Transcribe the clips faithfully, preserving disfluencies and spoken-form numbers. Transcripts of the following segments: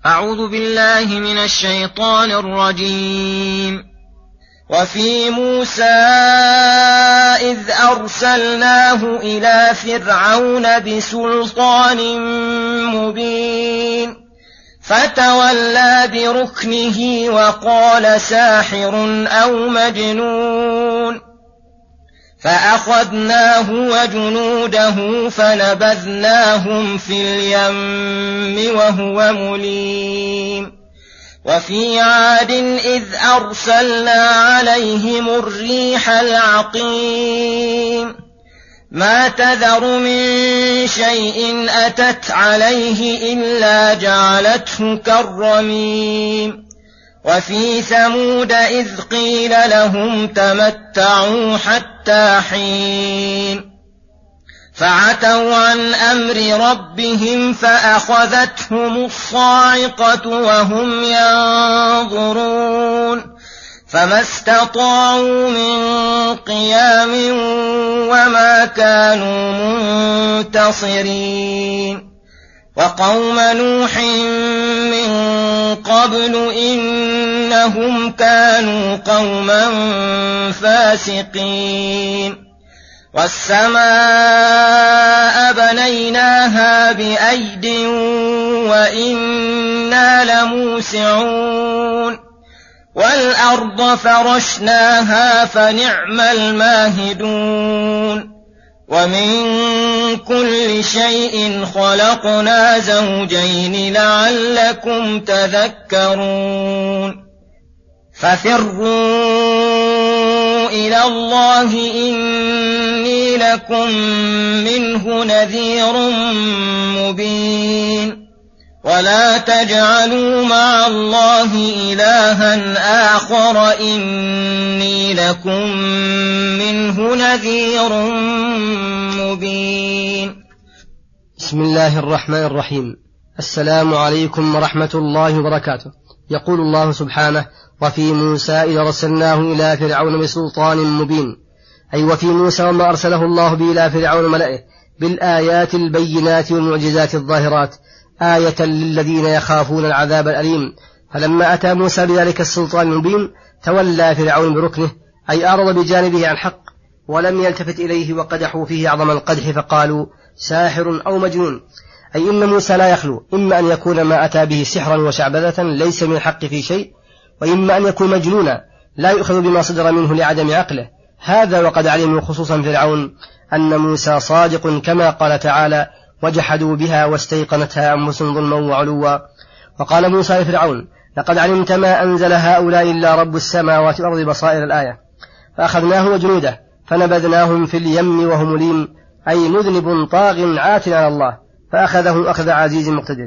أعوذ بالله من الشيطان الرجيم. وفي موسى إذ أرسلناه إلى فرعون بسلطان مبين فتولى بركنه وقال ساحر أو مجنون فأخذناه وجنوده فنبذناهم في اليم وهو مليم. وفي عاد إذ أرسلنا عليهم الريح العقيم ما تذر من شيء أتت عليه إلا جعلته كالرميم. وفي ثمود إذ قيل لهم تمتعوا حتى حين فعتوا عن أمر ربهم فأخذتهم الصاعقة وهم ينظرون فما استطاعوا من قيام وما كانوا منتصرين. وقوم نوح من قبل إنهم كانوا قوما فاسقين. والسماء بنيناها بأيد وإنا لموسعون والأرض فرشناها فنعم الماهدون. ومن كل شيء خلقنا زوجين لعلكم تذكرون. ففروا إلى الله إني لكم منه نذير مبين. ولا تجعلوا مع الله إلها آخر إني لكم منه نذير مبين. بسم الله الرحمن الرحيم. السلام عليكم ورحمة الله وبركاته. يقول الله سبحانه: وفي موسى إذ أرسلناه إلى فرعون بسلطان مبين، أي وفي موسى وما أرسله الله به إلى فرعون وملئه بالآيات البينات والمعجزات الظاهرات آية للذين يخافون العذاب الأليم. فلما أتى موسى بذلك السلطان المبين تولى فرعون بركنه، أي أعرض بجانبه عن حق ولم يلتفت إليه وقدحوا فيه أعظم القدح فقالوا ساحر أو مجنون، أي إن موسى لا يخلو إما أن يكون ما أتى به سحرا وشعبذة ليس من الحق في شيء، وإما أن يكون مجنونا لا يؤخذ بما صدر منه لعدم عقله. هذا وقد علموا خصوصا فرعون أن موسى صادق كما قال تعالى: وجحدوا بها واستيقنتها أنفسهم ظلما وعلوا. وقال موسى لفرعون: لقد علمت ما أنزل هؤلاء إلا رب السماوات والأرض بصائر الآية. فأخذناه وجنوده فنبذناهم في اليم وهو مليم، أي مذنب طاغ عات على الله فأخذه أخذ عزيز مقتدر.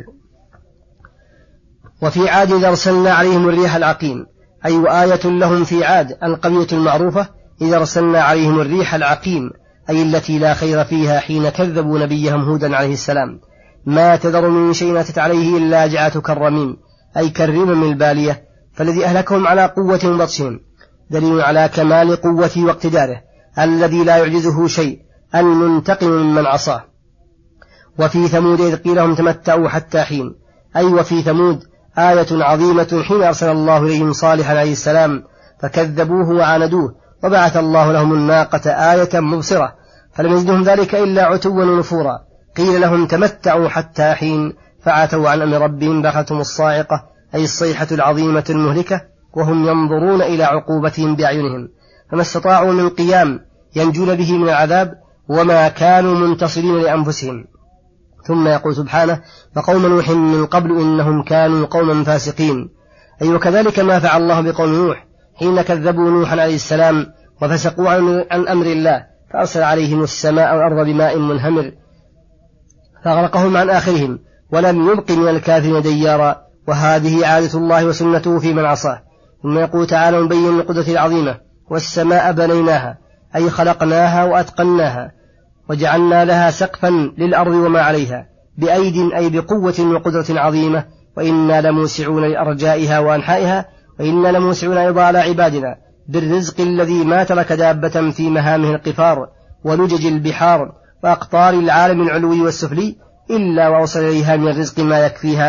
وفي عاد إذ أرسلنا عليهم الريح العقيم، أي وآية لهم في عاد القرية المعروفة إذ أرسلنا عليهم الريح العقيم، أي التي لا خير فيها حين كذبوا نبيهم هودا عليه السلام. ما تذر من شيء أتت عليه إلا جعلته كالرميم، أي كالرمم البالية، فالذي أهلكهم على قوة بطشهم دليل على كمال قوة واقتداره الذي لا يعجزه شيء، المنتقم ممن عصاه. وفي ثمود إذ قيل لهم تمتعوا حتى حين، أي وفي ثمود آية عظيمة حين أرسل الله إليهم صالحا عليه السلام فكذبوه وعاندوه، وبعث الله لهم الناقة آية مبصرة فلم يزدهم ذلك إلا عتوا ونفورا. قيل لهم تمتعوا حتى حين فعتوا عن أمر ربهم فأخذتهم الصاعقة، أي الصيحة العظيمة المهلكة، وهم ينظرون إلى عقوبتهم بأعينهم فما استطاعوا من قيام ينجون به من العذاب وما كانوا منتصرين لأنفسهم. ثم يقول سبحانه: وقوم نوح من قبل إنهم كانوا قوما فاسقين، أي وكذلك ما فعل الله بقوم نوح حين كذبوا نوحا عليه السلام وفسقوا عن أمر الله فأرسل عليهم السماء والأرض بماء منهمر فأغرقهم عن آخرهم ولم يبق من الكافرين ديارا. وهذه عادة الله وسنته في من عصاه. ثم يقول تعالى مبين القدرة العظيمة: والسماء بنيناها، أي خلقناها وأتقناها وجعلنا لها سقفا للأرض وما عليها بأيد، أي بقوة وقدرة عظيمة. وإنا لموسعون لأرجائها وأنحائها، وإنا لموسعون أيضا على عبادنا بالرزق الذي ما ترك دابة في مهامه القفار ولجج البحار وأقطار العالم العلوي والسفلي إلا وأوصل إليها من الرزق ما يكفيها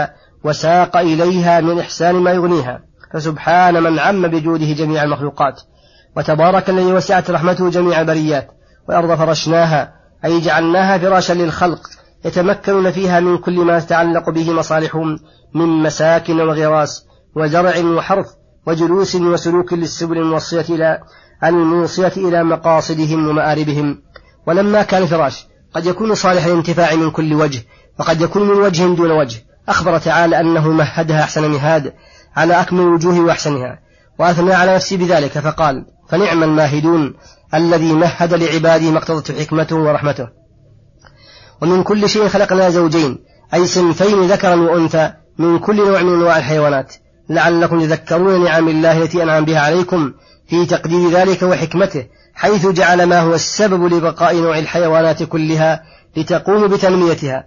وساق إليها من الإحسان ما يغنيها، فسبحان من عم بجوده جميع المخلوقات، وتبارك الذي وسعت رحمته جميع البريات، والأرض فرشناها أي جعلناها فراشا للخلق يتمكنون فيها من كل ما يتعلق به مصالحهم من مساكن وغراس وزرع وحرث وجلوس وسلوك للسبل الموصية إلى الموصية إلى مقاصدهم ومآربهم. ولما كان فراش قد يكون صالح الانتفاع من كل وجه، وقد يكون من وجه دون وجه، أخبر تعالى أنه مهدها أحسن مهاد على أكمل الوجوه وأحسنها، وأثنى على نفسه بذلك فقال: فنعم الماهدون الذي مهد لعباده ما اقتضته حكمته ورحمته. ومن كل شيء خلقنا زوجين أي صنفين ذكرا وأنثى من كل نوع من أنواع الحيوانات لعلكم تذكرون نعم الله التي أنعم بها عليكم في تقدير ذلك وحكمته، حيث جعل ما هو السبب لبقاء نوع الحيوانات كلها لتقوم بتنميتها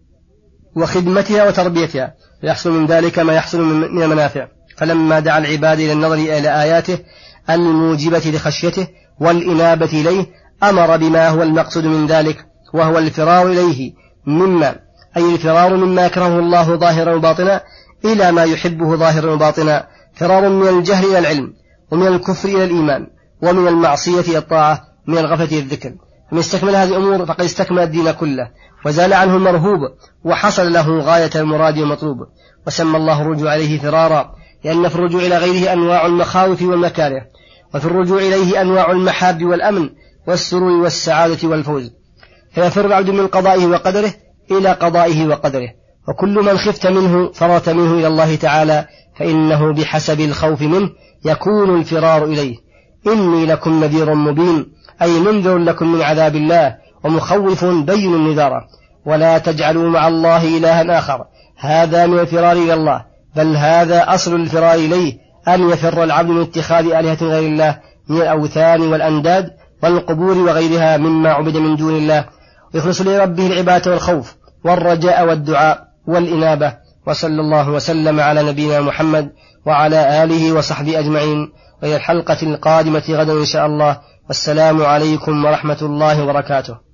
وخدمتها وتربيتها، ويحصل من ذلك ما يحصل من المنافع. فلما دعا العباد إلى النظر إلى آياته الموجبة لخشيته والإنابة إليه أمر بما هو المقصود من ذلك، وهو الفرار إليه مما أي الفرار مما يكرهه الله ظاهرا وباطنا إلى ما يحبه ظاهرا وباطنا، فرار من الجهل إلى العلم، ومن الكفر إلى الإيمان، ومن المعصية إلى الطاعة، من الغفلة إلى الذكر. فمن استكمل هذه الأمور فقد استكمل الدين كله وزال عنه المرهوب وحصل له غاية المراد والمطلوب. وسمى الله الرجوع إليه فرارا لأن في الرجوع إلى غيره أنواع المخاوف والمكاره، وفي الرجوع إليه أنواع المحاب والأمن والسرور والسعادة والفوز. فيفر العبد من قضائه وقدره إلى قضائه وقدره، وكل من خفت منه فررت منه إلى الله تعالى، فإنه بحسب الخوف منه يكون الفرار إليه. إني لكم نذير مبين أي منذر لكم من عذاب الله ومخوف بين النذار. ولا تجعلوا مع الله إلها آخر، هذا من الفرار إلى الله، بل هذا أصل الفرار إليه، أن يفر العبد من اتخاذ آلهة غير الله من الأوثان والأنداد والقبور وغيرها مما عبد من دون الله، ويخلص لربه العبادة والخوف والرجاء والدعاء والإنابة. وصلى الله وسلم على نبينا محمد وعلى آله وصحبه أجمعين، وإلى الحلقة القادمة غدا إن شاء الله، والسلام عليكم ورحمة الله وبركاته.